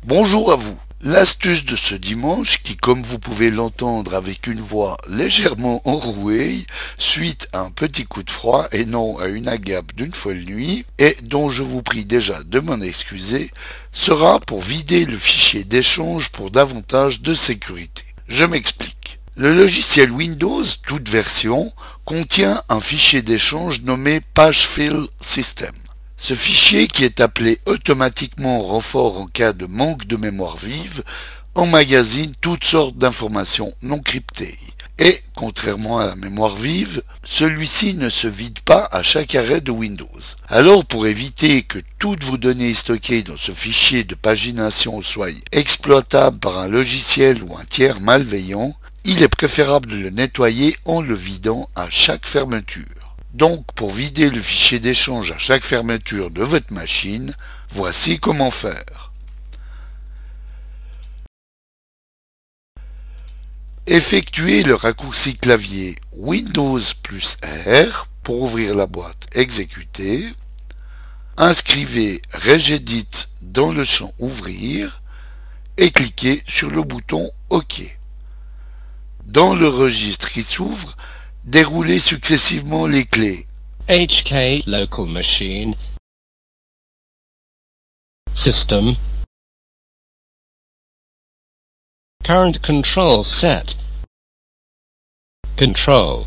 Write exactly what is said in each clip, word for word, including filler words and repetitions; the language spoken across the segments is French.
Bonjour à vous. L'astuce de ce dimanche, qui comme vous pouvez l'entendre avec une voix légèrement enrouée, suite à un petit coup de froid et non à une agape d'une folle nuit, et dont je vous prie déjà de m'en excuser, sera pour vider le fichier d'échange pour davantage de sécurité. Je m'explique. Le logiciel Windows, toute version, contient un fichier d'échange nommé PageFill System. Ce fichier, qui est appelé automatiquement renfort en cas de manque de mémoire vive, emmagasine toutes sortes d'informations non cryptées. Et, contrairement à la mémoire vive, celui-ci ne se vide pas à chaque arrêt de Windows. Alors, pour éviter que toutes vos données stockées dans ce fichier de pagination soient exploitables par un logiciel ou un tiers malveillant, il est préférable de le nettoyer en le vidant à chaque fermeture. Donc, pour vider le fichier d'échange à chaque fermeture de votre machine, voici comment faire. Effectuez le raccourci clavier Windows plus R pour ouvrir la boîte Exécuter. Inscrivez Regedit dans le champ Ouvrir et cliquez sur le bouton OK. Dans le registre qui s'ouvre, déroulez successivement les clés H K Local Machine System Current Control Set Control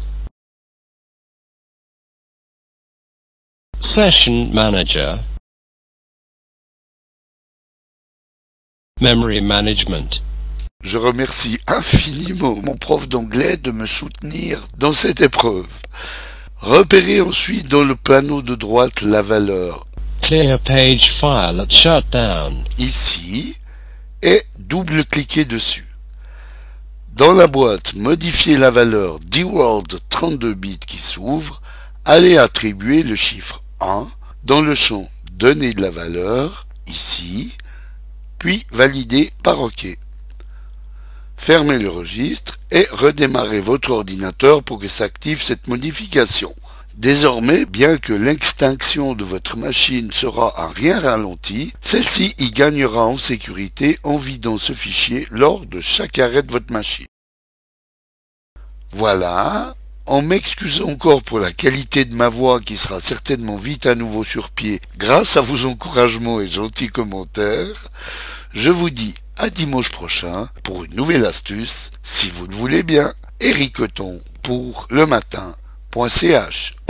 Session Manager Memory Management. Je remercie infiniment mon prof d'anglais de me soutenir dans cette épreuve. Repérez ensuite dans le panneau de droite la valeur Clear Page File at Shutdown ici et double-cliquez dessus. Dans la boîte, modifiez la valeur dworld trente-deux bits qui s'ouvre, allez attribuer le chiffre un dans le champ Données de la valeur, ici, puis validez par OK. Fermez le registre et redémarrez votre ordinateur pour que s'active cette modification. Désormais, bien que l'extinction de votre machine sera à rien ralenti, celle-ci y gagnera en sécurité en vidant ce fichier lors de chaque arrêt de votre machine. Voilà, en m'excusant encore pour la qualité de ma voix qui sera certainement vite à nouveau sur pied grâce à vos encouragements et gentils commentaires, je vous dis à dimanche prochain pour une nouvelle astuce, si vous le voulez bien. Éric Coton pour le matin point c h.